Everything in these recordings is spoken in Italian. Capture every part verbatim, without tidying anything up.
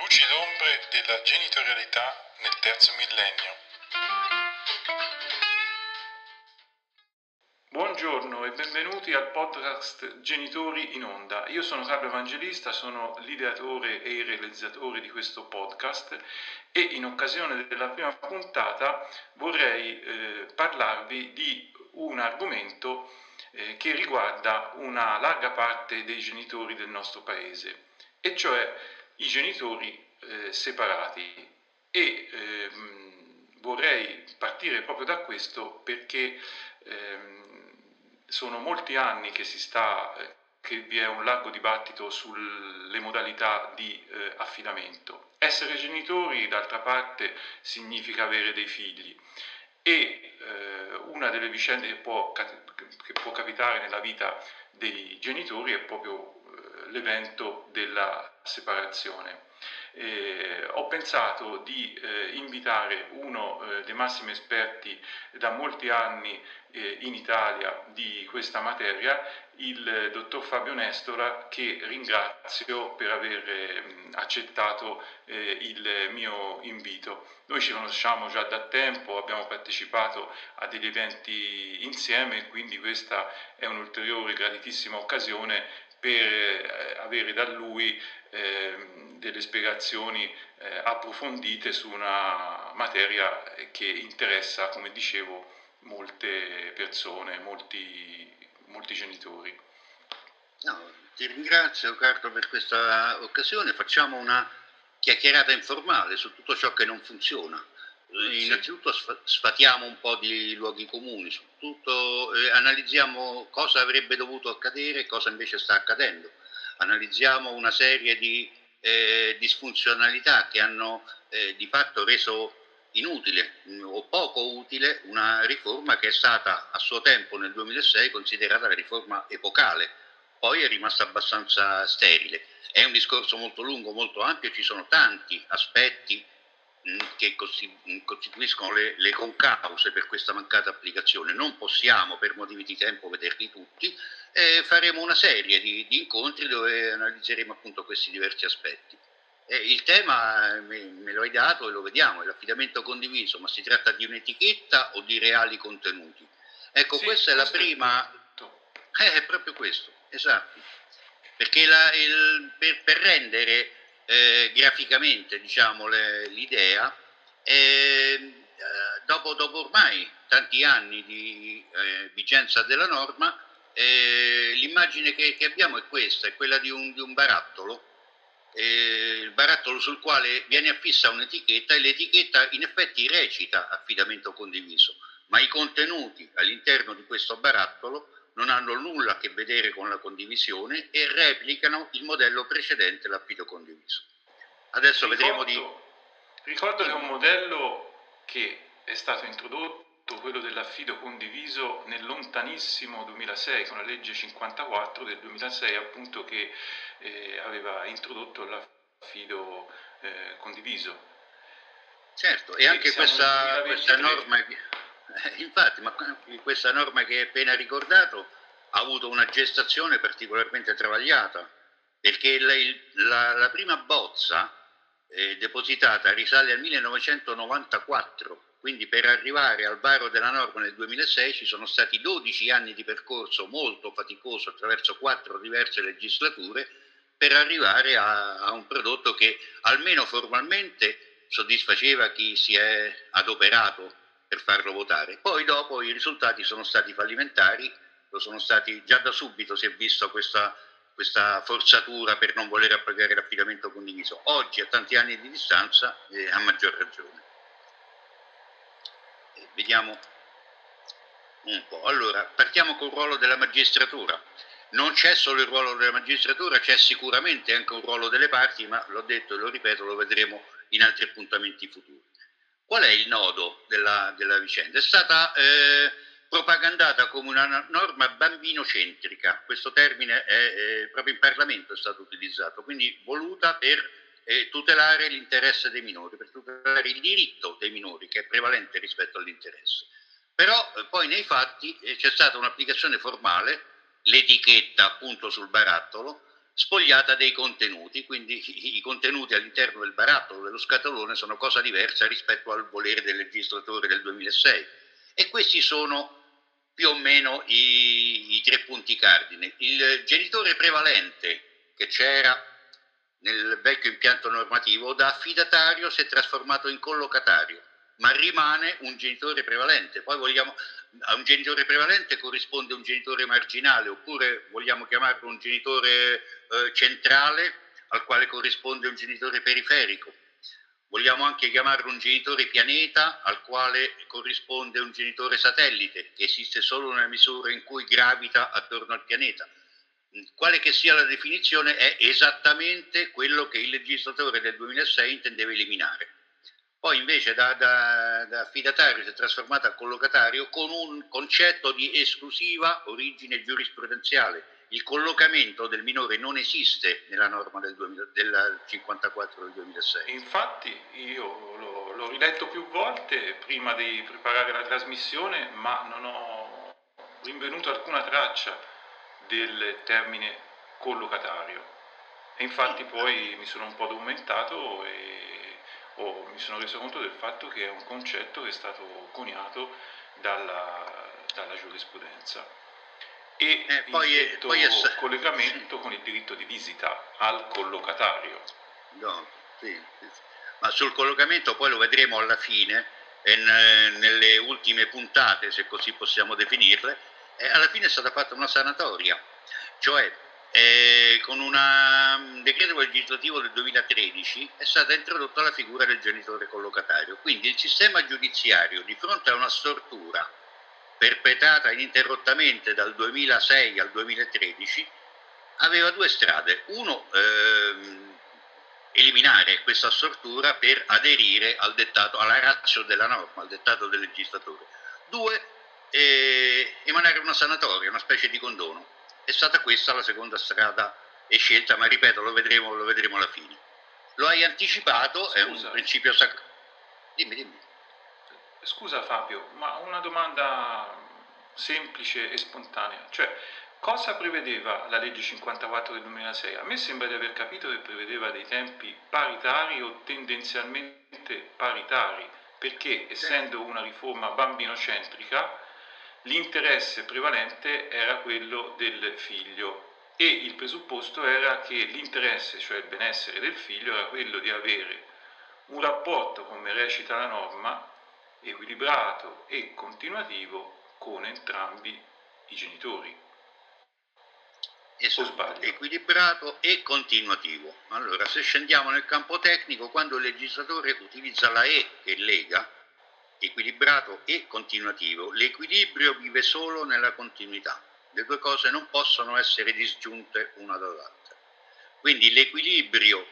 Luci ed ombre della genitorialità nel terzo millennio. Buongiorno e benvenuti al podcast Genitori in Onda. Io sono Carlo Evangelista, sono l'ideatore e il realizzatore di questo podcast e in occasione della prima puntata vorrei eh, parlarvi di un argomento eh, che riguarda una larga parte dei genitori del nostro paese, e cioè i genitori eh, separati. E ehm, vorrei partire proprio da questo perché ehm, sono molti anni che si sta eh, che vi è un largo dibattito sulle modalità di eh, affidamento. Essere genitori, d'altra parte, significa avere dei figli, e eh, una delle vicende che può, che può capitare nella vita dei genitori è proprio eh, l'evento della separazione. Eh, ho pensato di eh, invitare uno eh, dei massimi esperti da molti anni eh, in Italia di questa materia, il dottor Fabio Nestora, che ringrazio per aver eh, accettato eh, il mio invito. Noi ci conosciamo già da tempo, abbiamo partecipato a degli eventi insieme e quindi questa è un'ulteriore graditissima occasione per eh, avere da lui eh, delle spiegazioni eh, approfondite su una materia che interessa, come dicevo, molte persone, molti, molti genitori. No, ti ringrazio Carlo per questa occasione, facciamo una chiacchierata informale su tutto ciò che non funziona. Sì. Innanzitutto sfatiamo un po' di luoghi comuni, su tutto, eh, analizziamo cosa avrebbe dovuto accadere e cosa invece sta accadendo. Analizziamo una serie di eh, disfunzionalità che hanno eh, di fatto reso inutile mh, o poco utile una riforma che è stata a suo tempo nel duemilasei considerata la riforma epocale, poi è rimasta abbastanza sterile. È un discorso molto lungo, molto ampio, ci sono tanti aspetti mh, che costituiscono le, le concause per questa mancata applicazione. Non possiamo per motivi di tempo vederli tutti, eh, faremo una serie di, di incontri dove analizzeremo appunto questi diversi aspetti. Eh, il tema me, me lo hai dato e lo vediamo, è l'affidamento condiviso, ma si tratta di un'etichetta o di reali contenuti? Ecco, sì, questa è la prima... È, è proprio questo, esatto. Perché la, il, per, per rendere eh, graficamente, diciamo, le, l'idea, eh, dopo, dopo ormai tanti anni di eh, vigenza della norma, eh, l'immagine che, che abbiamo è questa, è quella di un, di un barattolo, eh, il barattolo sul quale viene affissa un'etichetta e l'etichetta in effetti recita affidamento condiviso, ma i contenuti all'interno di questo barattolo non hanno nulla a che vedere con la condivisione e replicano il modello precedente, l'affido condiviso. Adesso ricordo, vedremo di... Ricordo che è un modello che è stato introdotto, quello dell'affido condiviso, nel lontanissimo duemilasei, con la legge cinquantaquattro del duemilasei, appunto, che eh, aveva introdotto l'affido eh, condiviso. Certo, e anche questa, questa norma, eh, infatti, ma questa norma che hai appena ricordato ha avuto una gestazione particolarmente travagliata, perché la, la, la prima bozza eh, depositata risale al millenovecentonovantaquattro, quindi per arrivare al varo della norma nel duemilasei ci sono stati dodici anni di percorso molto faticoso attraverso quattro diverse legislature per arrivare a, a un prodotto che almeno formalmente soddisfaceva chi si è adoperato per farlo votare. Poi dopo i risultati sono stati fallimentari, lo sono stati già da subito, si è visto questa, questa forzatura per non voler applicare l'affidamento condiviso. Oggi, a tanti anni di distanza, eh, a maggior ragione. Eh, vediamo un po'. Allora, partiamo col ruolo della magistratura. Non c'è solo il ruolo della magistratura, c'è sicuramente anche un ruolo delle parti, ma l'ho detto e lo ripeto, lo vedremo in altri appuntamenti futuri. Qual è il nodo della, della vicenda? È stata eh, propagandata come una norma bambinocentrica, questo termine è, è, proprio in Parlamento è stato utilizzato, quindi voluta per eh, tutelare l'interesse dei minori, per tutelare il diritto dei minori, che è prevalente rispetto all'interesse. Però eh, poi nei fatti eh, c'è stata un'applicazione formale, l'etichetta appunto sul barattolo, spogliata dei contenuti, quindi i, i contenuti all'interno del barattolo, dello scatolone, sono cosa diversa rispetto al volere del legislatore del duemilasei. E questi sono più o meno i, i tre punti cardine. Il genitore prevalente che c'era nel vecchio impianto normativo da affidatario si è trasformato in collocatario, ma rimane un genitore prevalente. Poi vogliamo, a un genitore prevalente corrisponde un genitore marginale, oppure vogliamo chiamarlo un genitore eh, centrale, al quale corrisponde un genitore periferico. Vogliamo anche chiamarlo un genitore pianeta, al quale corrisponde un genitore satellite, che esiste solo nella misura in cui gravita attorno al pianeta. Quale che sia la definizione, è esattamente quello che il legislatore del duemilasei intendeva eliminare. Poi invece da, da, da affidatario si è trasformato a collocatario con un concetto di esclusiva origine giurisprudenziale. Il collocamento del minore non esiste nella norma del, duemila, del cinquantaquattro del duemilasei. Infatti io l'ho, l'ho riletto più volte prima di preparare la trasmissione, ma non ho rinvenuto alcuna traccia del termine collocatario. E infatti poi mi sono un po' documentato e ho, mi sono reso conto del fatto che è un concetto che è stato coniato dalla, dalla giurisprudenza e Eh, in poi, è, stretto poi è, collegamento con il diritto di visita al collocatario. no, sì, sì, sì. Ma sul collocamento poi lo vedremo alla fine, e nelle ultime puntate, se così possiamo definirle, e alla fine è stata fatta una sanatoria, cioè eh, con una, un decreto legislativo del duemilatredici è stata introdotta la figura del genitore collocatario, quindi il sistema giudiziario di fronte a una stortura perpetrata ininterrottamente dal duemilasei al duemilatredici aveva due strade: uno, ehm, eliminare questa stortura per aderire al dettato, alla ratio della norma, al dettato del legislatore; due, eh, emanare una sanatoria, una specie di condono. È stata questa la seconda strada e scelta, ma ripeto, lo vedremo, lo vedremo alla fine. Lo hai anticipato, Scusa, è un principio sacro. Dimmi, dimmi. Scusa Fabio, ma una domanda semplice e spontanea, cioè cosa prevedeva la legge cinquantaquattro del duemilasei? A me sembra di aver capito che prevedeva dei tempi paritari o tendenzialmente paritari, perché essendo una riforma bambinocentrica, l'interesse prevalente era quello del figlio e il presupposto era che l'interesse, cioè il benessere del figlio, era quello di avere un rapporto, come recita la norma, equilibrato e continuativo con entrambi i genitori. Esatto, equilibrato e continuativo. Allora, se scendiamo nel campo tecnico, quando il legislatore utilizza la E che lega, equilibrato e continuativo, l'equilibrio vive solo nella continuità. Le due cose non possono essere disgiunte una dall'altra. Quindi l'equilibrio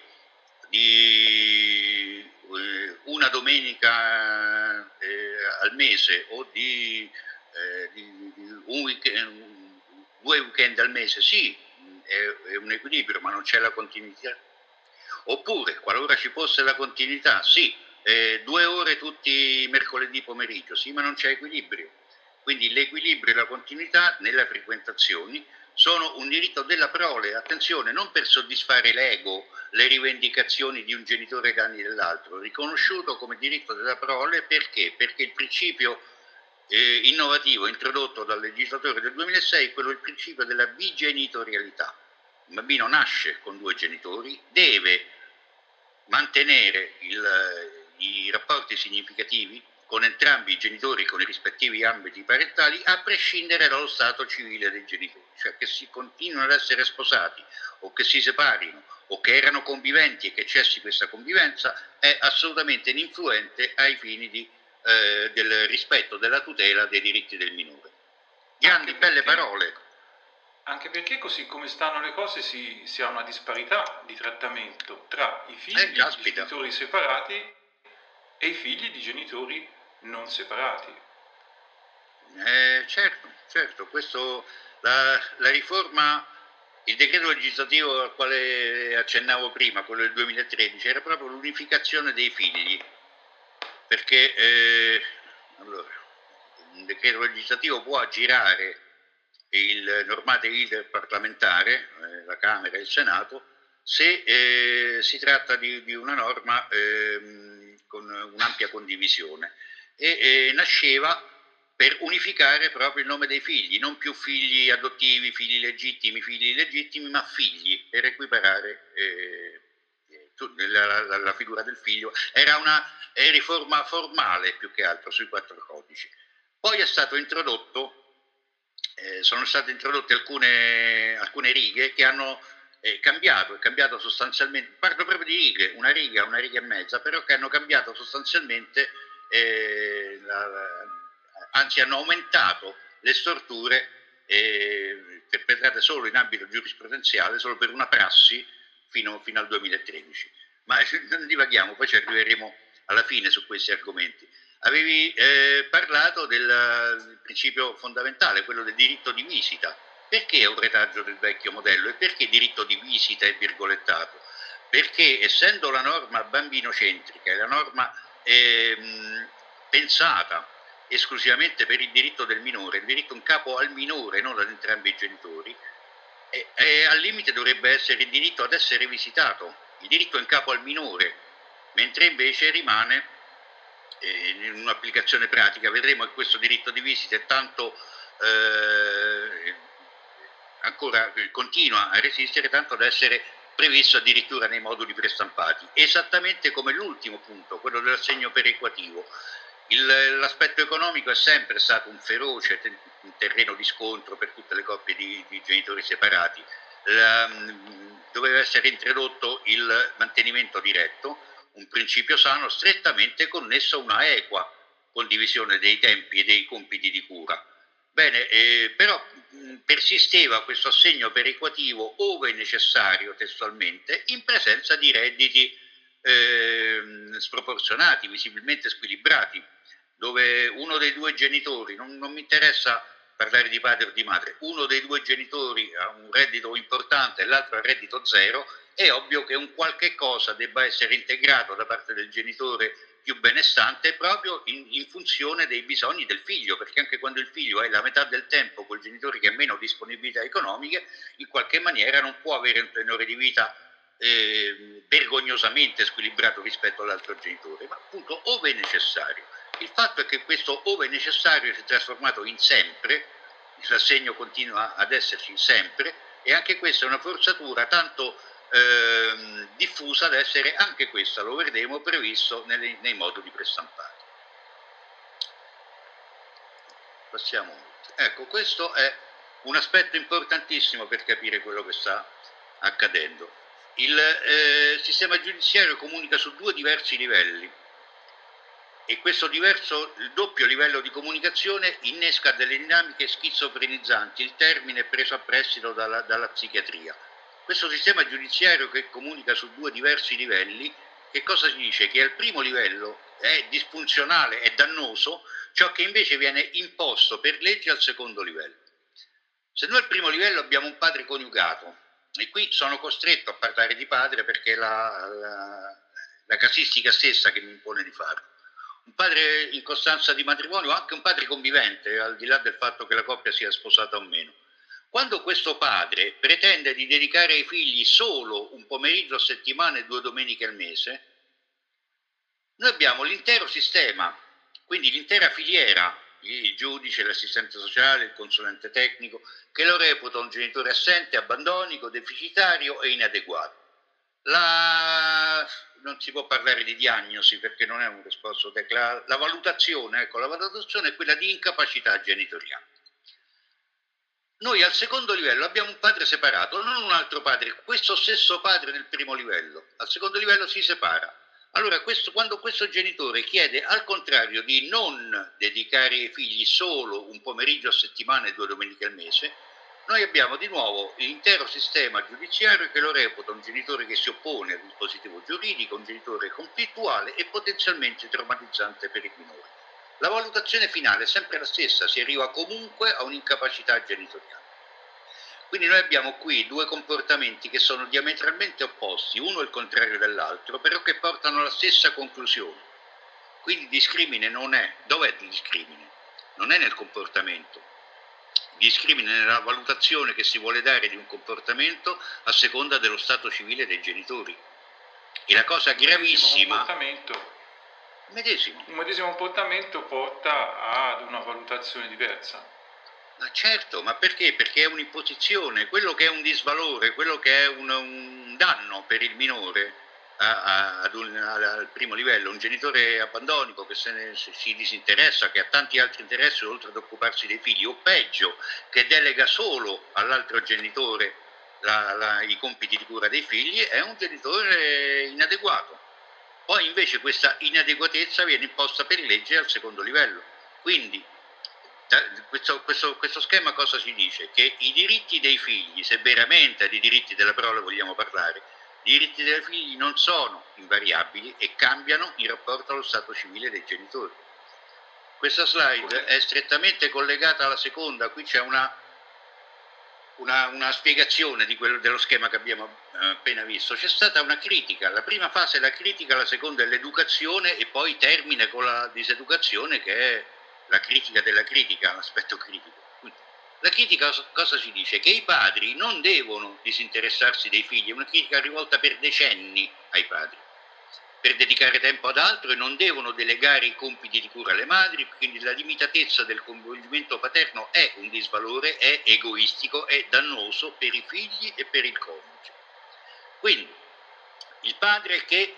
di eh, una domenica eh, al mese o di, eh, di, di un weekend, due weekend al mese, sì, è, è un equilibrio, ma non c'è la continuità. Oppure, qualora ci fosse la continuità, sì, eh, due ore tutti i mercoledì pomeriggio, sì, ma non c'è equilibrio. Quindi l'equilibrio e la continuità nelle frequentazioni sono un diritto della prole, attenzione, non per soddisfare l'ego, le rivendicazioni di un genitore ai danni dell'altro, riconosciuto come diritto della prole perché? Perché il principio eh, innovativo introdotto dal legislatore del duemilasei è quello del principio della bigenitorialità. Un bambino nasce con due genitori, deve mantenere il, i rapporti significativi con entrambi i genitori, con i rispettivi ambiti parentali, a prescindere dallo stato civile dei genitori, cioè che si continuino ad essere sposati o che si separino o che erano conviventi e che cessi questa convivenza è assolutamente ininfluente ai fini di, eh, del rispetto, della tutela dei diritti del minore. Grandi, perché, belle parole. Anche perché così come stanno le cose si, si ha una disparità di trattamento tra i figli Eh, di caspita. genitori separati e i figli di genitori non separati. Eh, certo, certo, questo, la, la riforma, il decreto legislativo al quale accennavo prima, quello del duemilatredici, era proprio l'unificazione dei figli, perché eh, allora, un decreto legislativo può aggirare il normale iter parlamentare, eh, la Camera e il Senato, se eh, si tratta di, di una norma eh, con un'ampia condivisione e eh, nasceva per unificare proprio il nome dei figli, non più figli adottivi, figli legittimi, figli illegittimi, ma figli, per equiparare eh, la, la, la figura del figlio. Era una eh, riforma formale più che altro sui quattro codici. Poi è stato introdotto, eh, sono state introdotte alcune, alcune righe che hanno eh, cambiato, cambiato sostanzialmente, parlo proprio di righe, una riga, una riga e mezza, però che hanno cambiato sostanzialmente, eh, la, la, anzi hanno aumentato le storture eh, perpetrate solo in ambito giurisprudenziale, solo per una prassi fino, fino al duemilatredici. Ma non divaghiamo, poi ci arriveremo alla fine su questi argomenti. Avevi eh, parlato del, del principio fondamentale, quello del diritto di visita. Perché è un retaggio del vecchio modello e perché diritto di visita è virgolettato? Perché essendo la norma bambinocentrica, è la norma eh, pensata esclusivamente per il diritto del minore, il diritto in capo al minore, non ad entrambi i genitori, e, e al limite dovrebbe essere il diritto ad essere visitato, il diritto in capo al minore, mentre invece rimane eh, in un'applicazione pratica, vedremo che questo diritto di visita è tanto eh, ancora continua a resistere, tanto da essere previsto addirittura nei moduli prestampati, esattamente come l'ultimo punto, quello dell'assegno perequativo. Il, l'aspetto economico è sempre stato un feroce te, un terreno di scontro per tutte le coppie di, di genitori separati. La, doveva essere introdotto il mantenimento diretto, un principio sano strettamente connesso a una equa condivisione dei tempi e dei compiti di cura. Bene, eh, però mh, persisteva questo assegno perequativo ove necessario testualmente in presenza di redditi eh, sproporzionati, visibilmente squilibrati, dove uno dei due genitori, non, non mi interessa parlare di padre o di madre, uno dei due genitori ha un reddito importante e l'altro ha un reddito zero, è ovvio che un qualche cosa debba essere integrato da parte del genitore più benestante proprio in, in funzione dei bisogni del figlio, perché anche quando il figlio è la metà del tempo col genitore che ha meno disponibilità economiche, in qualche maniera non può avere un tenore di vita eh, vergognosamente squilibrato rispetto all'altro genitore, ma appunto ove necessario. Il fatto è che questo ove necessario si è trasformato in sempre, l'assegno continua ad esserci sempre, e anche questa è una forzatura tanto eh, diffusa ad essere anche questa, lo vedremo, previsto nei, nei moduli prestampati. Passiamo. Ecco, questo è un aspetto importantissimo per capire quello che sta accadendo. Il eh, sistema giudiziario comunica su due diversi livelli e questo diverso, il doppio livello di comunicazione innesca delle dinamiche schizofrenizzanti, il termine è preso a prestito dalla, dalla psichiatria. Questo sistema giudiziario che comunica su due diversi livelli, che cosa si dice? Che al primo livello è disfunzionale, è dannoso, ciò che invece viene imposto per legge al secondo livello. Se noi al primo livello abbiamo un padre coniugato, e qui sono costretto a parlare di padre perché è la, la, la casistica stessa che mi impone di farlo, un padre in costanza di matrimonio, anche un padre convivente, al di là del fatto che la coppia sia sposata o meno. Quando questo padre pretende di dedicare ai figli solo un pomeriggio a settimana e due domeniche al mese, noi abbiamo l'intero sistema, quindi l'intera filiera, il giudice, l'assistente sociale, il consulente tecnico, che lo reputa un genitore assente, abbandonico, deficitario e inadeguato. La... non si può parlare di diagnosi perché non è un risposto tecnico, la, la valutazione, ecco, la valutazione è quella di incapacità genitoriale. Noi al secondo livello abbiamo un padre separato, non un altro padre, questo stesso padre del primo livello, al secondo livello si separa. Allora, questo, quando questo genitore chiede al contrario di non dedicare ai figli solo un pomeriggio a settimana e due domeniche al mese, noi abbiamo di nuovo l'intero sistema giudiziario che lo reputa un genitore che si oppone al dispositivo giuridico, un genitore conflittuale e potenzialmente traumatizzante per il minore. La valutazione finale è sempre la stessa, si arriva comunque a un'incapacità genitoriale. Quindi noi abbiamo qui due comportamenti che sono diametralmente opposti, uno è il contrario dell'altro, però che portano alla stessa conclusione. Quindi il discrimine non è, dov'è il discrimine? Non è nel comportamento, discrimina nella valutazione che si vuole dare di un comportamento a seconda dello stato civile dei genitori. E la cosa gravissima... Comportamento, medesimo. un medesimo comportamento porta ad una valutazione diversa. Ma certo, ma perché? Perché è un'imposizione, quello che è un disvalore, quello che è un, un danno per il minore a, a, ad un, al primo livello, un genitore abbandonico che se ne, se si disinteressa, che ha tanti altri interessi oltre ad occuparsi dei figli, o peggio, che delega solo all'altro genitore la, la, i compiti di cura dei figli, è un genitore inadeguato. Poi invece questa inadeguatezza viene imposta per legge al secondo livello. Quindi questo, questo, questo schema cosa ci dice? Che i diritti dei figli, se veramente di diritti della parola vogliamo parlare, i diritti dei figli non sono invariabili e cambiano in rapporto allo stato civile dei genitori. Questa slide è strettamente collegata alla seconda, qui c'è una, una, una spiegazione di quello, dello schema che abbiamo eh, appena visto. C'è stata una critica, la prima fase è la critica, la seconda è l'educazione e poi termina con la diseducazione che è la critica della critica, l'aspetto critico. La critica cosa ci dice? Che i padri non devono disinteressarsi dei figli, è una critica rivolta per decenni ai padri, per dedicare tempo ad altro e non devono delegare i compiti di cura alle madri, quindi la limitatezza del coinvolgimento paterno è un disvalore, è egoistico, è dannoso per i figli e per il coniuge. Quindi il padre che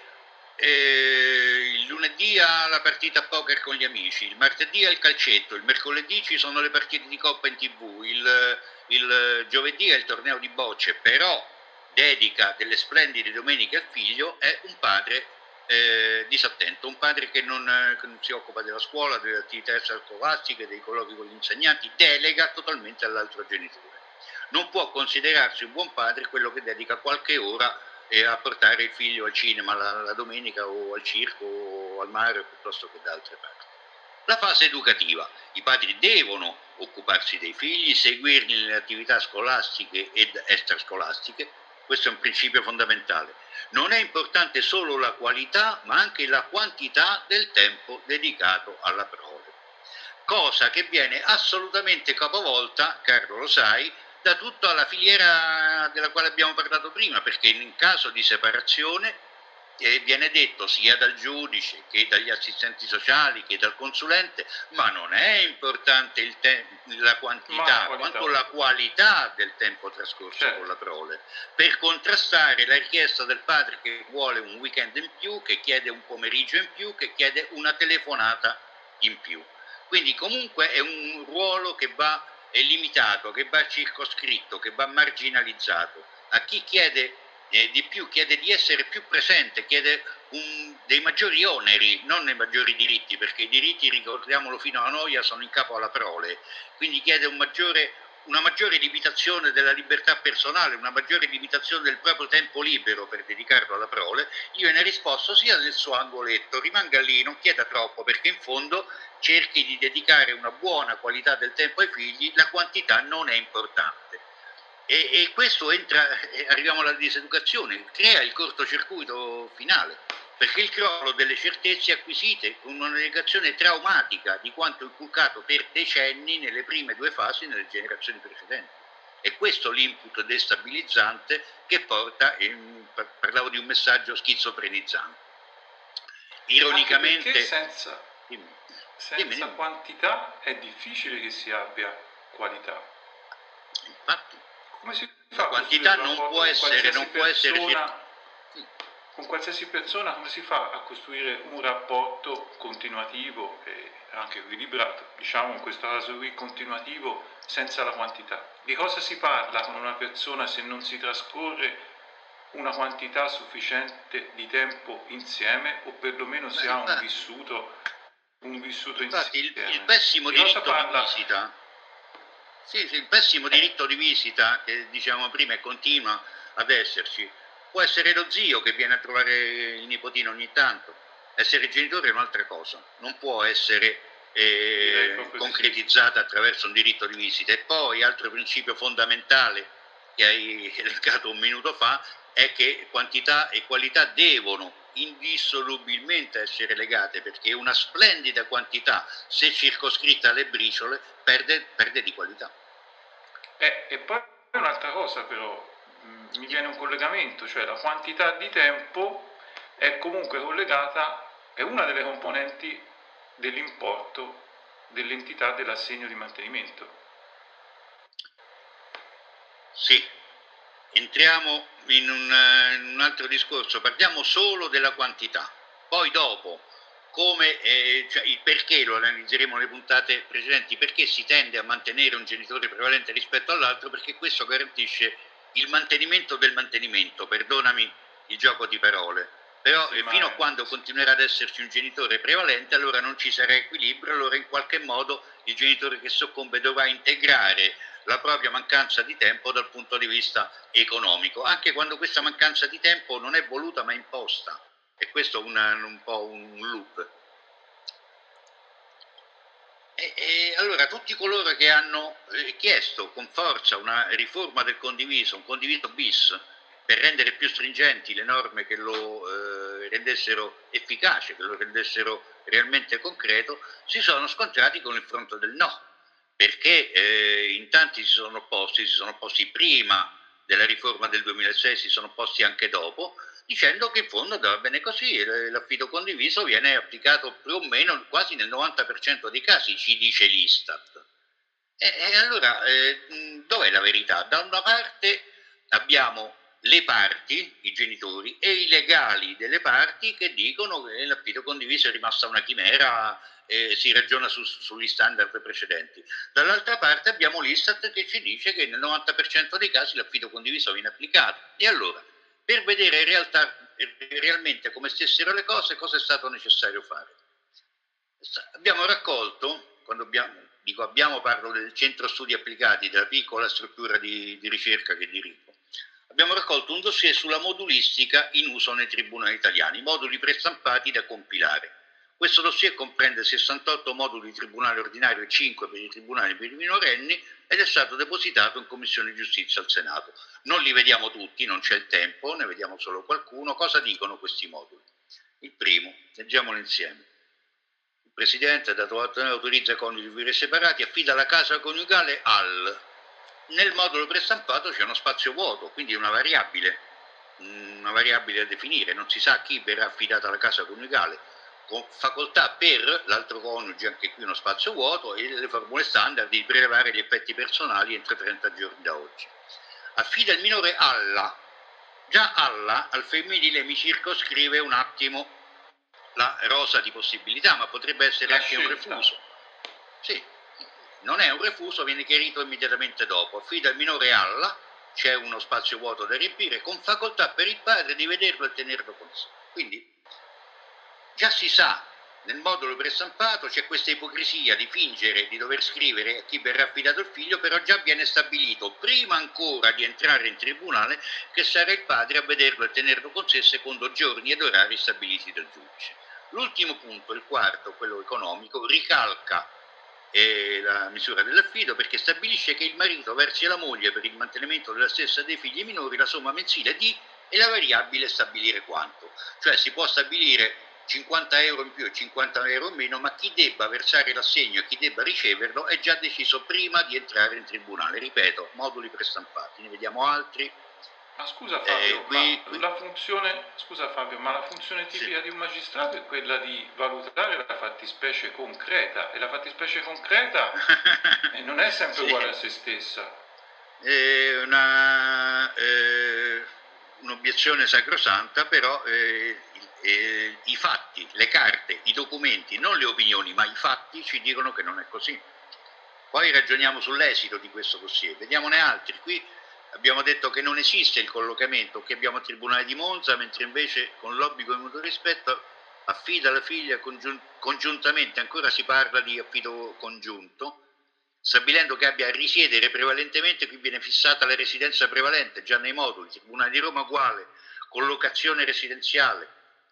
eh, il lunedì ha la partita a poker con gli amici, il martedì ha il calcetto, il mercoledì ci sono le partite di coppa in tv, il, il giovedì è il torneo di bocce, però dedica delle splendide domeniche al figlio, è un padre eh, disattento, un padre che non, che non si occupa della scuola, delle attività scolastiche, dei colloqui con gli insegnanti, delega totalmente all'altro genitore. Non può considerarsi un buon padre quello che dedica qualche ora e a portare il figlio al cinema la, la domenica o al circo o al mare piuttosto che da altre parti. La fase educativa. I padri devono occuparsi dei figli, seguirli nelle attività scolastiche ed extrascolastiche. Questo è un principio fondamentale. Non è importante solo la qualità, ma anche la quantità del tempo dedicato alla prole. Cosa che viene assolutamente capovolta, Carlo lo sai, da tutta la filiera della quale abbiamo parlato prima, perché in caso di separazione eh, viene detto sia dal giudice che dagli assistenti sociali che dal consulente, ma non è importante il te- la quantità, la quanto la qualità del tempo trascorso certo. con la prole, per contrastare la richiesta del padre che vuole un weekend in più, che chiede un pomeriggio in più, che chiede una telefonata in più. Quindi comunque è un ruolo che va è limitato, che va circoscritto, che va marginalizzato. A chi chiede eh, di più, chiede di essere più presente, chiede un, dei maggiori oneri, non dei maggiori diritti, perché i diritti, ricordiamolo fino alla noia, sono in capo alla prole, quindi chiede un maggiore, una maggiore limitazione della libertà personale, una maggiore limitazione del proprio tempo libero per dedicarlo alla prole. Io ne ho risposto sia nel suo angoletto, rimanga lì, non chieda troppo, perché in fondo cerchi di dedicare una buona qualità del tempo ai figli, la quantità non è importante. E, e questo entra, arriviamo alla diseducazione, crea il cortocircuito finale, perché il crollo delle certezze acquisite con una negazione traumatica di quanto inculcato per decenni nelle prime due fasi nelle generazioni precedenti. E questo l'input destabilizzante che porta, in, parlavo di un messaggio schizofrenizzante. Ironicamente... senza, dimmi, senza dimmi, dimmi. quantità è difficile che si abbia qualità. Infatti. Come si fa la quantità non può essere, non può essere con qualsiasi persona, come si fa a costruire un rapporto continuativo e anche equilibrato, diciamo in questo caso qui continuativo, senza la quantità? Di cosa si parla con una persona se non si trascorre una quantità sufficiente di tempo insieme, o perlomeno si Beh, ha un vissuto, un vissuto infatti, insieme? Il, il pessimo di diritto di visita, sì, sì, il pessimo diritto di visita che diciamo prima e continua ad esserci, può essere lo zio che viene a trovare il nipotino ogni tanto. Essere genitore è un'altra cosa, non può essere eh, concretizzata attraverso un diritto di visita. E poi, altro principio fondamentale che hai elencato un minuto fa, è che quantità e qualità devono indissolubilmente essere legate, perché una splendida quantità, se circoscritta alle briciole, perde, perde di qualità. Eh, e poi un'altra cosa però, mh, mi viene un collegamento, cioè la quantità di tempo è comunque collegata, è una delle componenti dell'importo dell'entità dell'assegno di mantenimento. Sì, entriamo in un, eh, in un altro discorso, parliamo solo della quantità, poi dopo come, eh, cioè il perché lo analizzeremo nelle puntate precedenti, perché si tende a mantenere un genitore prevalente rispetto all'altro, perché questo garantisce il mantenimento del mantenimento, perdonami il gioco di parole, però Sì, eh, ma fino a è- quando continuerà ad esserci un genitore prevalente allora non ci sarà equilibrio, allora in qualche modo il genitore che soccombe dovrà integrare la propria mancanza di tempo dal punto di vista economico, anche quando questa mancanza di tempo non è voluta ma imposta. E questo è una, un po' un loop. E, e allora tutti coloro che hanno eh, chiesto con forza una riforma del condiviso, un condiviso bis, per rendere più stringenti le norme che lo eh, rendessero efficace, che lo rendessero realmente concreto, si sono scontrati con il fronte del no, perché eh, in tanti si sono opposti, si sono opposti prima della riforma del duemilasei, si sono opposti anche dopo, dicendo che in fondo va bene così, l'affido condiviso viene applicato più o meno quasi nel novanta per cento dei casi, ci dice l'Istat. E, e allora eh, dov'è la verità? Da una parte abbiamo le parti, i genitori, e i legali delle parti che dicono che l'affido condiviso è rimasta una chimera e si ragiona su, sugli standard precedenti. Dall'altra parte abbiamo l'Istat che ci dice che nel novanta per cento dei casi l'affido condiviso viene applicato. E allora, per vedere in realtà, realmente come stessero le cose, cosa è stato necessario fare? Abbiamo raccolto, quando abbiamo, dico abbiamo, parlo del centro studi applicati, della piccola struttura di, di ricerca che dirigo, abbiamo raccolto un dossier sulla modulistica in uso nei tribunali italiani, moduli prestampati da compilare. Questo dossier comprende sessantotto moduli di tribunale ordinario e cinque per i tribunali per i minorenni ed è stato depositato in Commissione Giustizia al Senato. Non li vediamo tutti, non c'è il tempo, ne vediamo solo qualcuno. Cosa dicono questi moduli? Il primo, leggiamolo insieme. Il Presidente, dato atto, autorizza i coniugi di vivere separati, affida la casa coniugale al... Nel modulo prestampato c'è uno spazio vuoto, quindi una variabile, una variabile da definire, non si sa a chi verrà affidata la casa coniugale, con facoltà per l'altro coniuge, anche qui uno spazio vuoto, e le formule standard di prelevare gli effetti personali entro trenta giorni da oggi. Affida il minore alla... Già alla, al femminile, mi circoscrive un attimo la rosa di possibilità, ma potrebbe essere la anche un scelta. refuso. Sì, non è un refuso, viene chiarito immediatamente dopo. Affida il minore alla, c'è uno spazio vuoto da riempire, con facoltà per il padre di vederlo e tenerlo con sé. Quindi già si sa, nel modulo prestampato c'è questa ipocrisia di fingere di dover scrivere a chi verrà affidato il figlio, però già viene stabilito, prima ancora di entrare in tribunale, che sarà il padre a vederlo e tenerlo con sé secondo giorni ed orari stabiliti dal giudice. L'ultimo punto, il quarto, quello economico, ricalca eh, la misura dell'affido perché stabilisce che il marito versi alla moglie per il mantenimento della stessa e dei figli minori la somma mensile di e la variabile stabilire quanto. Cioè si può stabilire cinquanta euro in più e cinquanta euro in meno, ma chi debba versare l'assegno e chi debba riceverlo è già deciso prima di entrare in tribunale. Ripeto, moduli prestampati, ne vediamo altri. Ma scusa Eh, Fabio, ma qui, qui, la funzione, scusa Fabio, ma la funzione sì. tipica di un magistrato è quella di valutare la fattispecie concreta e la fattispecie concreta eh, non è sempre Sì. uguale a se stessa. È una, eh, un'obiezione sacrosanta, però eh, eh, i fatti, le carte, i documenti, non le opinioni, ma i fatti ci dicono che non è così. Poi ragioniamo sull'esito di questo dossier, vediamone altri. Qui abbiamo detto che non esiste il collocamento, che abbiamo il Tribunale di Monza, mentre invece con l'obbligo di mutuo rispetto affida la figlia congiun- congiuntamente, ancora si parla di affido congiunto, stabilendo che abbia a risiedere prevalentemente, qui viene fissata la residenza prevalente, già nei moduli, Tribunale di Roma uguale, collocazione residenziale,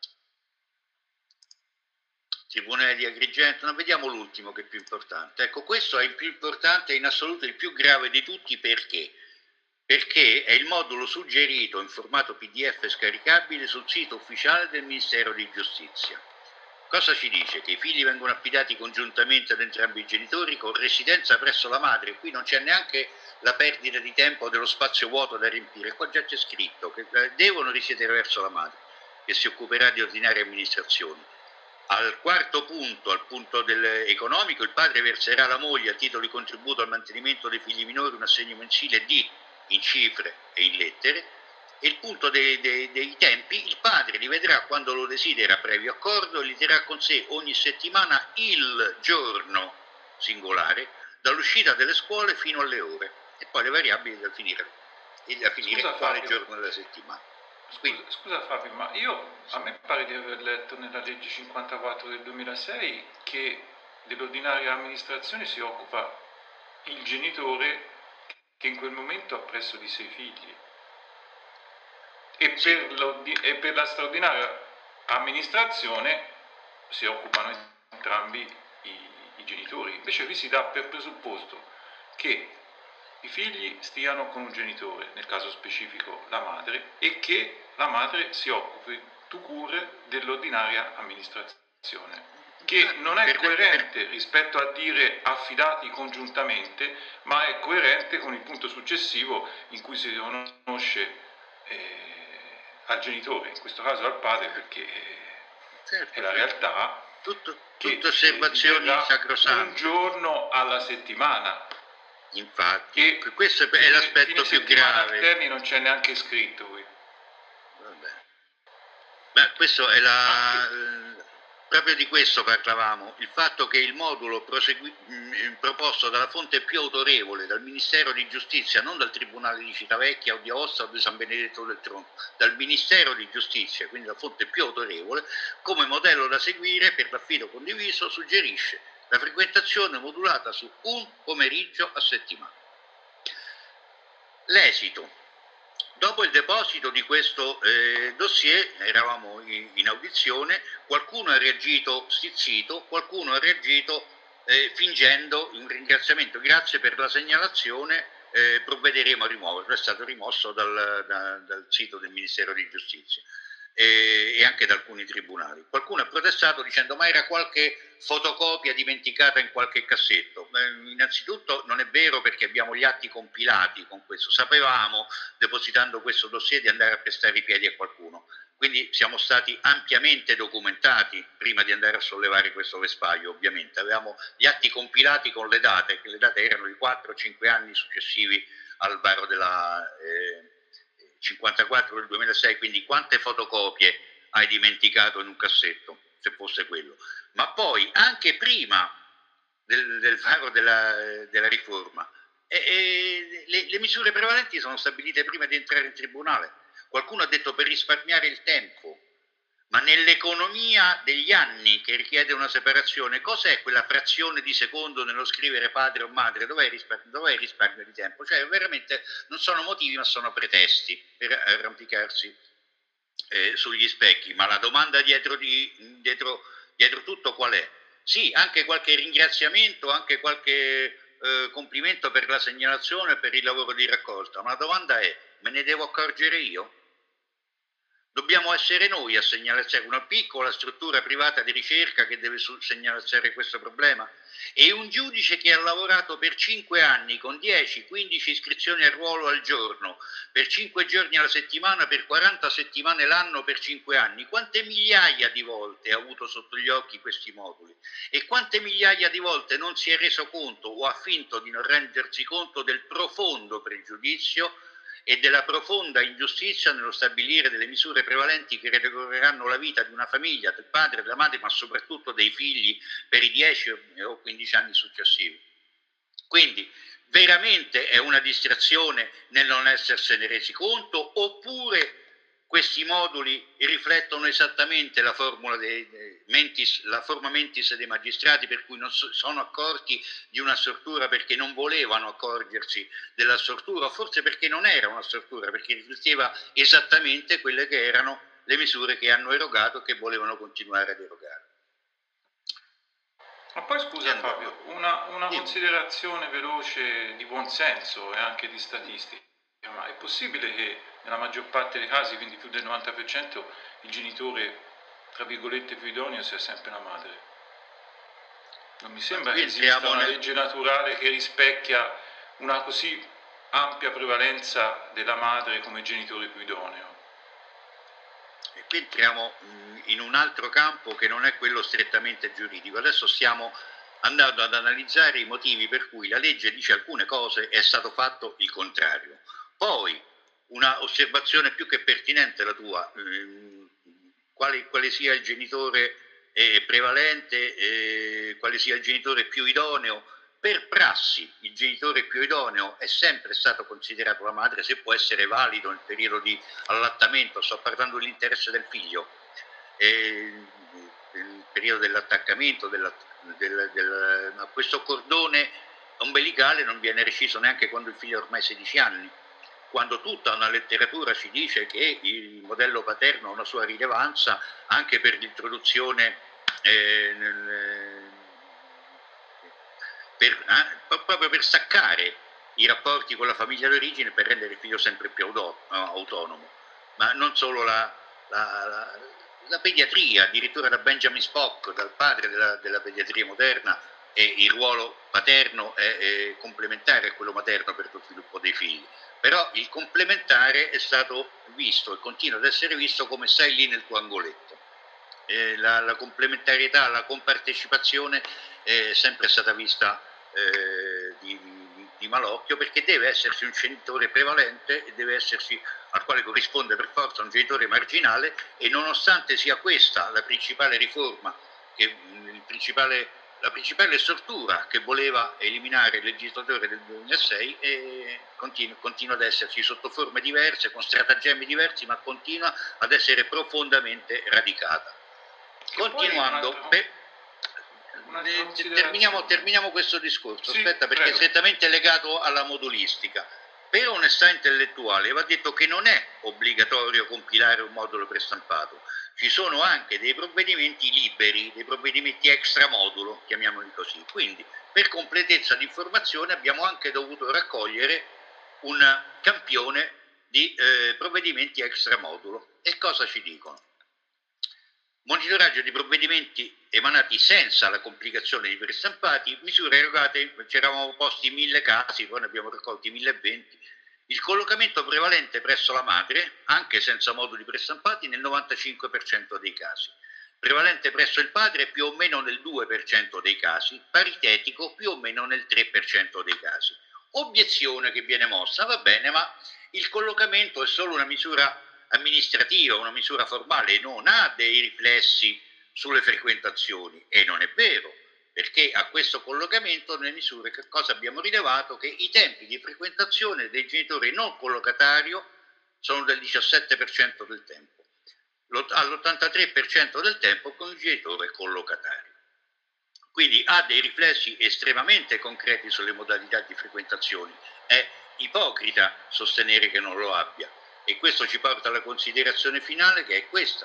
Tribunale di Agrigento, non vediamo l'ultimo che è più importante. Ecco, questo è il più importante, in assoluto il più grave di tutti, perché? Perché è il modulo suggerito in formato P D F scaricabile sul sito ufficiale del Ministero di Giustizia. Cosa ci dice? Che i figli vengono affidati congiuntamente ad entrambi i genitori con residenza presso la madre. Qui non c'è neanche la perdita di tempo, dello spazio vuoto da riempire. Qua già c'è scritto che devono risiedere verso la madre, che si occuperà di ordinarie amministrazioni. Al quarto punto, al punto del economico, il padre verserà alla moglie a titolo di contributo al mantenimento dei figli minori un assegno mensile di, in cifre e in lettere, e il punto dei, dei, dei tempi, il padre li vedrà quando lo desidera previo accordo e li terrà con sé ogni settimana il giorno singolare, dall'uscita delle scuole fino alle ore, e poi le variabili da finire, e da finire Scusa quale Fabio, giorno della settimana. scusa, scusa Fabio, ma io a me pare di aver letto nella legge cinquantaquattro del duemilasei che dell'ordinaria amministrazione si occupa il genitore che in quel momento ha presso di sé i figli. E, Sì. per e per la straordinaria amministrazione si occupano entrambi i, i genitori. Invece qui si dà per presupposto che i figli stiano con un genitore, nel caso specifico la madre, e che la madre si occupi tout court dell'ordinaria amministrazione, che non è coerente rispetto a dire affidati congiuntamente, ma è coerente con il punto successivo in cui si riconosce eh, al genitore, in questo caso al padre, perché Certo, è la realtà tutto, che tutte osservazioni sacrosante. un giorno alla settimana. Infatti, E questo è l'aspetto più grave. Alterni non c'è neanche scritto qui. Vabbè. Ma questo è la... proprio di questo parlavamo, il fatto che il modulo prosegui... proposto dalla fonte più autorevole, dal Ministero di Giustizia, non dal Tribunale di Civitavecchia o di Aosta o di San Benedetto del Tronto, dal Ministero di Giustizia, quindi la fonte più autorevole, come modello da seguire per l'affido condiviso, suggerisce la frequentazione modulata su un pomeriggio a settimana. L'esito. Dopo il deposito di questo eh, dossier, eravamo in, in audizione, qualcuno ha reagito stizzito, qualcuno ha reagito eh, fingendo un ringraziamento, grazie per la segnalazione, eh, provvederemo a rimuoverlo, è stato rimosso dal, da, dal sito del Ministero di Giustizia e, e anche da alcuni tribunali. Qualcuno ha protestato dicendo ma era qualche fotocopia dimenticata in qualche cassetto. Eh, innanzitutto non è vero, perché abbiamo gli atti compilati con questo, sapevamo depositando questo dossier di andare a pestare i piedi a qualcuno, quindi siamo stati ampiamente documentati prima di andare a sollevare questo vespaglio. Ovviamente avevamo gli atti compilati con le date, che le date erano di quattro cinque anni successivi al varo della eh, cinquantaquattro del duemilasei, quindi quante fotocopie hai dimenticato in un cassetto, se fosse quello. Ma poi anche prima del, del varo della, della riforma, e, e le, le misure prevalenti sono stabilite prima di entrare in tribunale. Qualcuno ha detto per risparmiare il tempo, ma nell'economia degli anni che richiede una separazione, cos'è quella frazione di secondo nello scrivere padre o madre? Dov'è il risparmio, dov'è il risparmio di tempo? Cioè veramente non sono motivi, ma sono pretesti per arrampicarsi eh, sugli specchi. Ma la domanda dietro, di, dietro, dietro tutto qual è? Sì, anche qualche ringraziamento, anche qualche eh, complimento per la segnalazione e per il lavoro di raccolta, ma la domanda è: me ne devo accorgere io? Dobbiamo essere noi a segnalare una piccola struttura privata di ricerca che deve segnalare questo problema? E un giudice che ha lavorato per cinque anni con dieci quindici iscrizioni al ruolo al giorno, per cinque giorni alla settimana, per quaranta settimane l'anno, per cinque anni, quante migliaia di volte ha avuto sotto gli occhi questi moduli? E quante migliaia di volte non si è reso conto o ha finto di non rendersi conto del profondo pregiudizio e della profonda ingiustizia nello stabilire delle misure prevalenti che regoleranno la vita di una famiglia, del padre, della madre, ma soprattutto dei figli per i dieci o quindici anni successivi. Quindi veramente è una distrazione nel non essersene resi conto, oppure questi moduli riflettono esattamente la formula dei, dei mentis, la forma mentis dei magistrati, per cui non so, sono accorti di una stortura perché non volevano accorgersi della stortura, o forse perché non era una stortura, perché rifletteva esattamente quelle che erano le misure che hanno erogato e che volevano continuare ad erogare. Ma poi scusa Fabio, una, una considerazione veloce di buonsenso e anche di statistica. Ma è possibile che nella maggior parte dei casi, quindi più del novanta per cento, il genitore, tra virgolette, più idoneo sia sempre la madre? Non mi sembra che esista una legge naturale che rispecchia una così ampia prevalenza della madre come genitore più idoneo. E qui entriamo in un altro campo che non è quello strettamente giuridico. Adesso stiamo andando ad analizzare i motivi per cui la legge dice alcune cose e è stato fatto il contrario. Poi, una osservazione più che pertinente la tua, ehm, quale, quale sia il genitore eh, prevalente, eh, quale sia il genitore più idoneo. Per prassi il genitore più idoneo è sempre stato considerato la madre, se può essere valido nel periodo di allattamento, sto parlando dell'interesse del figlio, eh, nel periodo dell'attaccamento, della, del, del, ma questo cordone ombelicale non viene reciso neanche quando il figlio ha ormai sedici anni, quando tutta una letteratura ci dice che il modello paterno ha una sua rilevanza anche per l'introduzione eh, nel, Per, eh, proprio per staccare i rapporti con la famiglia d'origine, per rendere il figlio sempre più autonomo. Ma non solo la, la, la, la pediatria, addirittura da Benjamin Spock, dal padre della, della pediatria moderna, e il ruolo paterno è, è complementare a quello materno per lo sviluppo dei figli. Però il complementare è stato visto e continua ad essere visto come stai lì nel tuo angoletto. Eh, la, la complementarietà, la compartecipazione è sempre stata vista eh, di, di, di malocchio, perché deve esserci un genitore prevalente e deve esserci, al quale corrisponde per forza un genitore marginale, e nonostante sia questa la principale riforma, che, il principale, la principale stortura che voleva eliminare il legislatore del duemilasei, e continua, continua ad esserci sotto forme diverse, con stratagemmi diversi, ma continua ad essere profondamente radicata. Continuando, per, terminiamo, terminiamo questo discorso, sì, aspetta, perché prego. È strettamente legato alla modulistica. Per onestà intellettuale va detto che non è obbligatorio compilare un modulo prestampato, ci sono anche dei provvedimenti liberi, dei provvedimenti extra modulo, chiamiamoli così. Quindi, per completezza di informazione, abbiamo anche dovuto raccogliere un campione di eh, provvedimenti extra modulo. E cosa ci dicono? Monitoraggio di provvedimenti emanati senza la complicazione di prestampati, misure erogate, ci eravamo posti mille casi, poi ne abbiamo raccolti milleventi. Il collocamento prevalente presso la madre, anche senza moduli prestampati, nel novantacinque per cento dei casi. Prevalente presso il padre più o meno nel due per cento dei casi, paritetico più o meno nel tre per cento dei casi. Obiezione che viene mossa, va bene, ma il collocamento è solo una misura amministrativa, una misura formale, non ha dei riflessi sulle frequentazioni, e non è vero, perché a questo collocamento nelle misure che cosa abbiamo rilevato? Che i tempi di frequentazione dei genitori non collocatario sono del diciassette per cento del tempo, all'ottantatré per cento del tempo con il genitore collocatario. Quindi ha dei riflessi estremamente concreti sulle modalità di frequentazione, è ipocrita sostenere che non lo abbia. E questo ci porta alla considerazione finale, che è questa.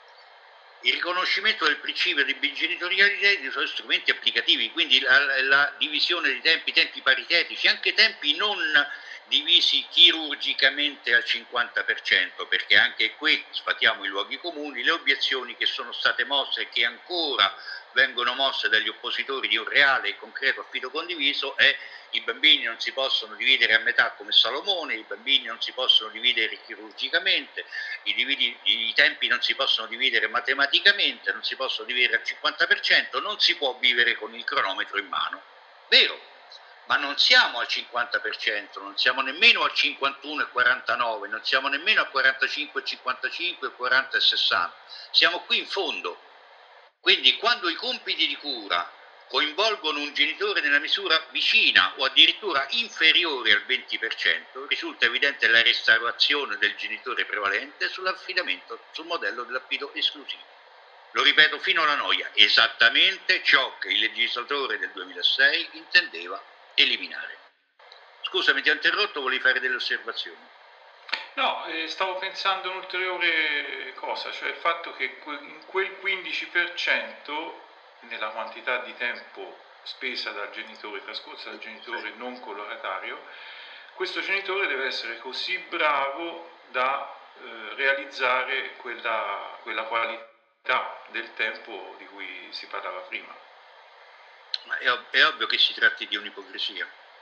Il riconoscimento del principio di bigenitorialità dei suoi strumenti applicativi, quindi la, la divisione di tempi, tempi paritetici, anche tempi non divisi chirurgicamente al cinquanta per cento, perché anche qui sfatiamo i luoghi comuni, le obiezioni che sono state mosse e che ancora vengono mosse dagli oppositori di un reale e concreto affido condiviso è: i bambini non si possono dividere a metà come Salomone, i bambini non si possono dividere chirurgicamente, i, dividi, i tempi non si possono dividere matematicamente, non si possono dividere al cinquanta per cento, non si può vivere con il cronometro in mano. Vero, ma non siamo al cinquanta per cento, non siamo nemmeno al cinquantuno e quarantanove, non siamo nemmeno al quarantacinque e cinquantacinque, quaranta e sessanta, siamo qui in fondo. Quindi quando i compiti di cura coinvolgono un genitore nella misura vicina o addirittura inferiore al venti per cento, risulta evidente la restaurazione del genitore prevalente sull'affidamento, sul modello dell'affido esclusivo. Lo ripeto fino alla noia, esattamente ciò che il legislatore del duemilasei intendeva eliminare. Scusami, ti ho interrotto, volevi fare delle osservazioni? No, eh, stavo pensando a un'ulteriore cosa, cioè il fatto che in quel quindici per cento, nella quantità di tempo spesa dal genitore, trascorsa dal genitore non collocatario, questo genitore deve essere così bravo da eh, realizzare quella, quella qualità del tempo di cui si parlava prima. Ma è, ov- è ovvio che si tratti di un'ipocrisia.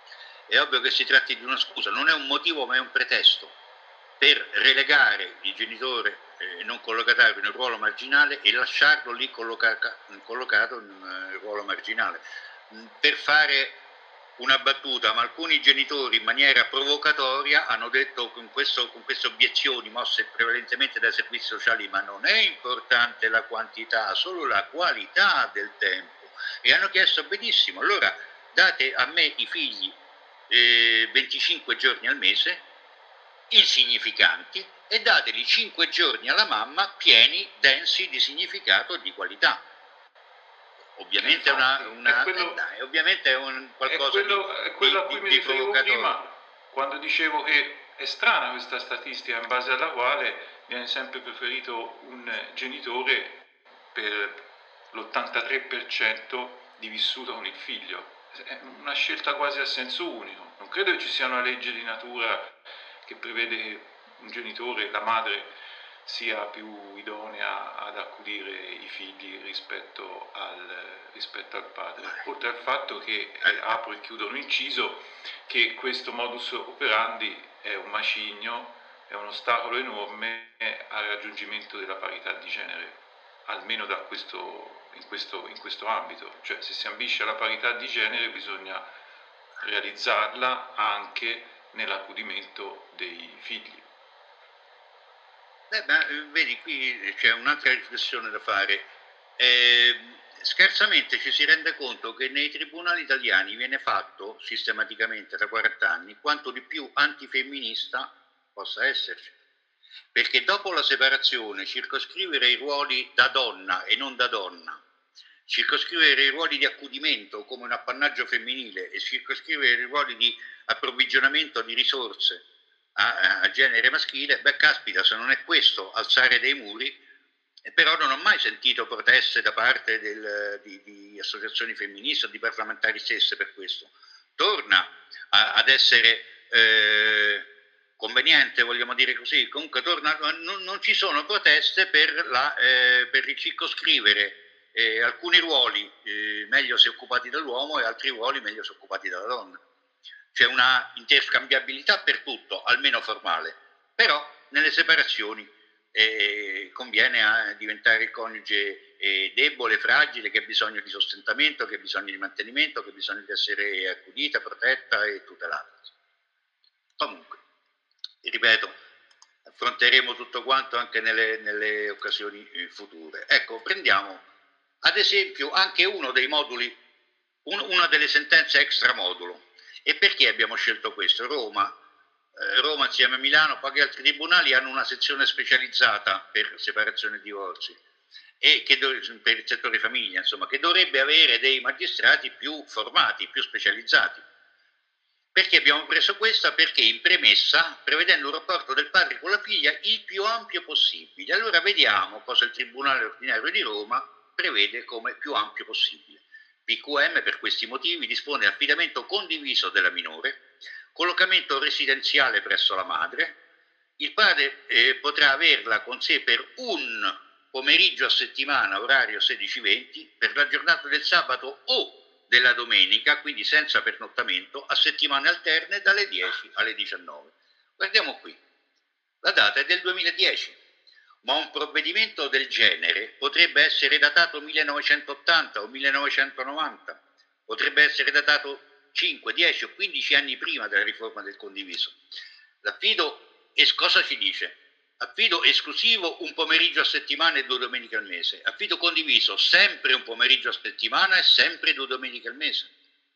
è ovvio che si tratti di una scusa, non è un motivo ma è un pretesto per relegare il genitore eh, non collocatario in un ruolo marginale e lasciarlo lì colloca- collocato in un uh, ruolo marginale. Mm, per fare una battuta, ma alcuni genitori in maniera provocatoria hanno detto con, questo, con queste obiezioni mosse prevalentemente dai servizi sociali: ma non è importante la quantità, solo la qualità del tempo. E hanno chiesto: benissimo, allora date a me i figli eh, venticinque giorni al mese, insignificanti, e dateli cinque giorni alla mamma pieni, densi di significato e di qualità. Ovviamente, infatti, una, è una, eh quello, dai, ovviamente è un è qualcosa di, quello, è quello di, a cui di, mi di riferivo provocatorio. prima, quando dicevo che è strana questa statistica in base alla quale viene sempre preferito un genitore per l'ottantatré per cento di vissuto con il figlio. È una scelta quasi a senso unico. Non credo che ci sia una legge di natura che prevede che un genitore, la madre, sia più idonea ad accudire i figli rispetto al, rispetto al padre. Oltre al fatto che, eh, apro e chiudo un inciso, che questo modus operandi è un macigno, è un ostacolo enorme al raggiungimento della parità di genere, almeno da questo, in, questo, in questo ambito. Cioè, se si ambisce alla parità di genere bisogna realizzarla anche nell'accudimento dei figli. Beh, ma eh, vedi, qui c'è un'altra riflessione da fare. Eh, scarsamente ci si rende conto che nei tribunali italiani viene fatto sistematicamente da quaranta anni quanto di più antifemminista possa esserci. Perché dopo la separazione circoscrivere i ruoli da donna e non da donna, circoscrivere i ruoli di accudimento come un appannaggio femminile e circoscrivere i ruoli di approvvigionamento di risorse a, a genere maschile, beh caspita, se non è questo alzare dei muri, eh, però non ho mai sentito proteste da parte del, di, di associazioni femministe o di parlamentari stesse per questo. Torna a, ad essere eh, conveniente, vogliamo dire così, comunque torna, non, non ci sono proteste per, la, eh, per ricircoscrivere eh, alcuni ruoli eh, meglio se occupati dall'uomo e altri ruoli meglio se occupati dalla donna. C'è una interscambiabilità per tutto, almeno formale, però nelle separazioni eh, conviene a diventare il coniuge eh, debole, fragile, che ha bisogno di sostentamento, che ha bisogno di mantenimento, che ha bisogno di essere accudita, protetta e tutelata. Comunque, ripeto, affronteremo tutto quanto anche nelle, nelle occasioni future. Ecco, prendiamo ad esempio anche uno dei moduli, un, una delle sentenze extramodulo. E perché abbiamo scelto questo? Roma, eh, Roma insieme a Milano, pochi altri tribunali hanno una sezione specializzata per separazione e divorzi, e che do, per il settore famiglia, insomma, che dovrebbe avere dei magistrati più formati, più specializzati. Perché abbiamo preso questa? Perché in premessa, prevedendo un rapporto del padre con la figlia il più ampio possibile. Allora vediamo cosa il Tribunale Ordinario di Roma prevede come più ampio possibile. P Q M per questi motivi dispone affidamento condiviso della minore, collocamento residenziale presso la madre, il padre eh, potrà averla con sé per un pomeriggio a settimana, orario sedici venti, per la giornata del sabato o della domenica, quindi senza pernottamento, a settimane alterne dalle dieci alle diciannove. Guardiamo qui, la data è del duemiladieci. Ma un provvedimento del genere potrebbe essere datato millenovecentottanta o millenovecentonovanta, potrebbe essere datato cinque, dieci o quindici anni prima della riforma del condiviso. L'affido, e cosa ci dice? Affido esclusivo un pomeriggio a settimana e due domeniche al mese. Affido condiviso sempre un pomeriggio a settimana e sempre due domeniche al mese.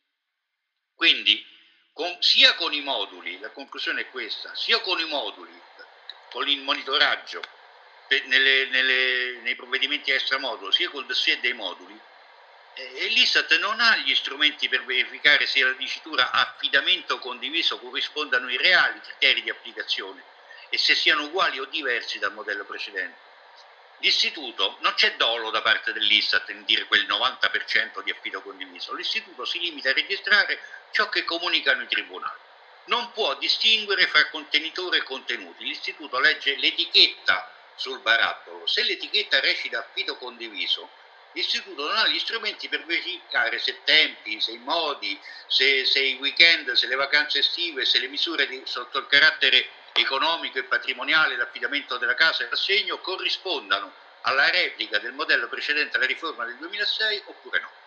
Quindi con, sia con i moduli, la conclusione è questa, sia con i moduli, con il monitoraggio Nelle, nelle, nei provvedimenti extramodulo, sia col dossier dei moduli, eh, l'Istat non ha gli strumenti per verificare se la dicitura affidamento condiviso corrispondano ai reali criteri di applicazione e se siano uguali o diversi dal modello precedente. L'istituto, non c'è dolo da parte dell'Istat in dire quel novanta per cento di affido condiviso, l'istituto si limita a registrare ciò che comunicano i tribunali. Non può distinguere fra contenitore e contenuti, l'istituto legge l'etichetta sul barattolo. Se l'etichetta recita affido condiviso, L'istituto non ha gli strumenti per verificare se tempi, se i modi, se, se i weekend, se le vacanze estive, se le misure di, sotto il carattere economico e patrimoniale, l'affidamento della casa e l'assegno corrispondano alla replica del modello precedente alla riforma del duemilasei oppure no.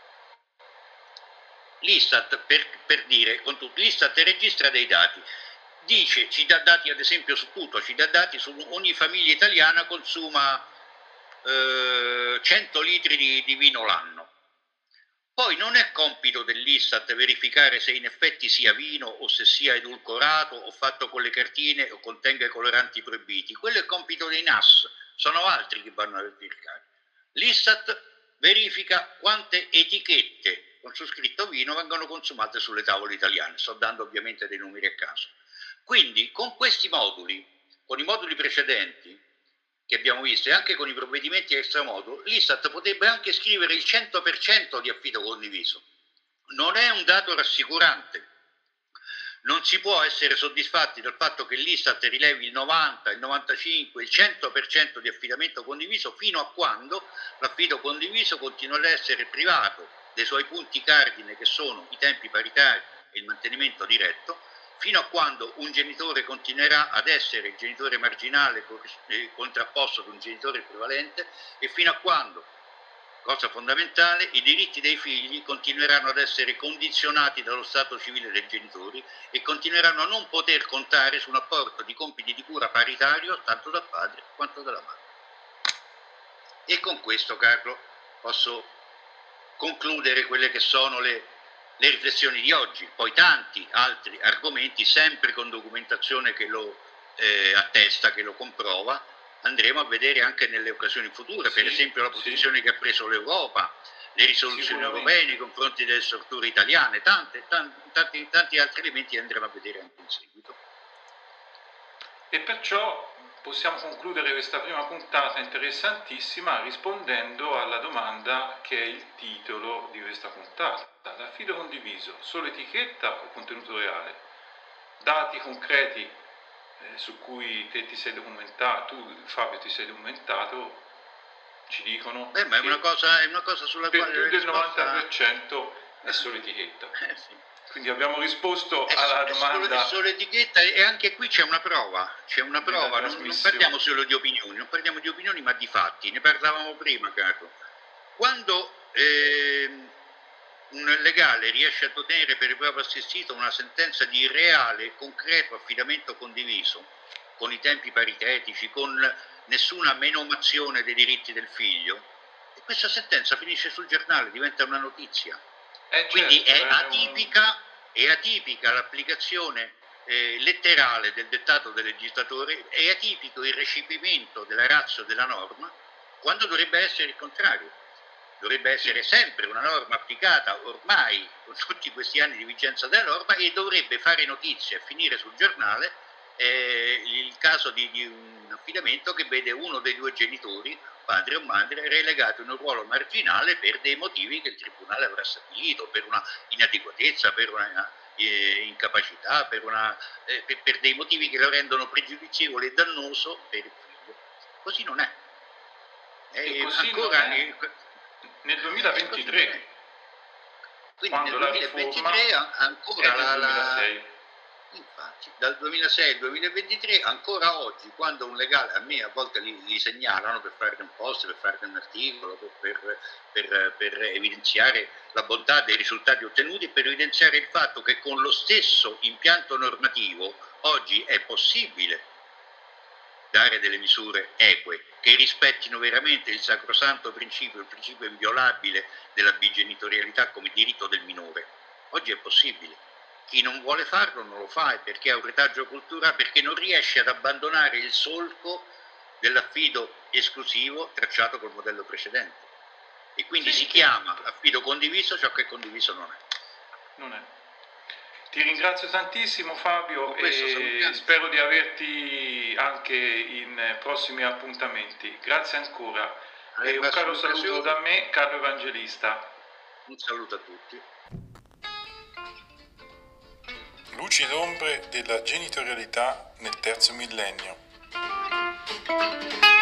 L'Istat, per, per dire, con tutto, l'Istat registra dei dati, dice, ci dà dati ad esempio su tutto, ci dà dati su ogni famiglia italiana consuma eh, cento litri di, di vino l'anno. Poi non è compito dell'Istat verificare se in effetti sia vino o se sia edulcorato o fatto con le cartine o contenga i coloranti proibiti. Quello è compito dei N A S, sono altri che vanno a verificare. L'Istat verifica quante etichette con su scritto vino vengono consumate sulle tavole italiane. Sto dando ovviamente dei numeri a caso. Quindi con questi moduli, con i moduli precedenti che abbiamo visto e anche con i provvedimenti extramodo, l'Istat potrebbe anche scrivere il cento per cento di affido condiviso. Non è un dato rassicurante. Non si può essere soddisfatti dal fatto che l'Istat rilevi il novanta, il novantacinque, il cento per cento di affidamento condiviso fino a quando l'affido condiviso continua ad essere privato dei suoi punti cardine, che sono i tempi paritari e il mantenimento diretto, fino a quando un genitore continuerà ad essere il genitore marginale contrapposto ad un genitore equivalente e fino a quando, cosa fondamentale, i diritti dei figli continueranno ad essere condizionati dallo stato civile dei genitori e continueranno a non poter contare su un apporto di compiti di cura paritario tanto dal padre quanto dalla madre. E con questo, Carlo, posso concludere quelle che sono le le riflessioni di oggi, poi tanti altri argomenti, sempre con documentazione che lo eh, attesta, che lo comprova, andremo a vedere anche nelle occasioni future, sì, per esempio la posizione sì. che ha preso l'Europa, le risoluzioni europee nei confronti delle strutture italiane, tante, tanti, tanti, tanti altri elementi andremo a vedere anche in seguito. E perciò possiamo concludere questa prima puntata interessantissima rispondendo alla domanda che è il titolo di questa puntata. L'affido condiviso, solo etichetta o contenuto reale? Dati concreti eh, su cui te ti sei documentato, tu Fabio ti sei documentato, ci dicono Beh, ma è una cosa, è una cosa sulla per quale più del risposta... novanta per cento è solo etichetta. Eh, sì. Quindi abbiamo risposto è, alla è domanda... Solo, è solo etichetta e anche qui c'è una prova, c'è una prova, non, non parliamo solo di opinioni, non parliamo di opinioni ma di fatti, ne parlavamo prima, Carlo. Quando eh, un legale riesce a ottenere per il proprio assistito una sentenza di reale e concreto affidamento condiviso, con i tempi paritetici, con nessuna menomazione dei diritti del figlio, e questa sentenza finisce sul giornale, diventa una notizia. Eh, Quindi certo, è, atipica, è atipica l'applicazione eh, letterale del dettato del legislatore, è atipico il recepimento della ratio della norma, quando dovrebbe essere il contrario. Dovrebbe essere sempre una norma applicata ormai con tutti questi anni di vigenza della norma e dovrebbe fare notizia e finire sul giornale eh, il caso di, di un affidamento che vede uno dei due genitori, padre o madre, relegato in un ruolo marginale per dei motivi che il tribunale avrà stabilito, per una inadeguatezza, per una eh, incapacità, per, una, eh, per, per dei motivi che lo rendono pregiudizievole e dannoso per il figlio. Così non è. E eh, così ancora non è. Nel duemilaventitré, quindi nel duemilaventitré ancora la, la, infatti dal duemilasei al duemilaventitré ancora oggi, quando un legale, a me a volte li, li segnalano per fare un post, per fare un articolo, per, per, per, per evidenziare la bontà dei risultati ottenuti, per evidenziare il fatto che con lo stesso impianto normativo oggi è possibile dare delle misure eque che rispettino veramente il sacrosanto principio, il principio inviolabile della bigenitorialità come diritto del minore. Oggi è possibile. Chi non vuole farlo non lo fa, perché ha un retaggio culturale, perché non riesce ad abbandonare il solco dell'affido esclusivo tracciato col modello precedente. E quindi sì, si chiama affido condiviso ciò che condiviso non è. Non è. Ti ringrazio tantissimo Fabio e spero di averti anche in prossimi appuntamenti. Grazie ancora. E un caro saluto da me, Carlo Evangelista. Un saluto a tutti. Luci ed ombre della genitorialità nel terzo millennio.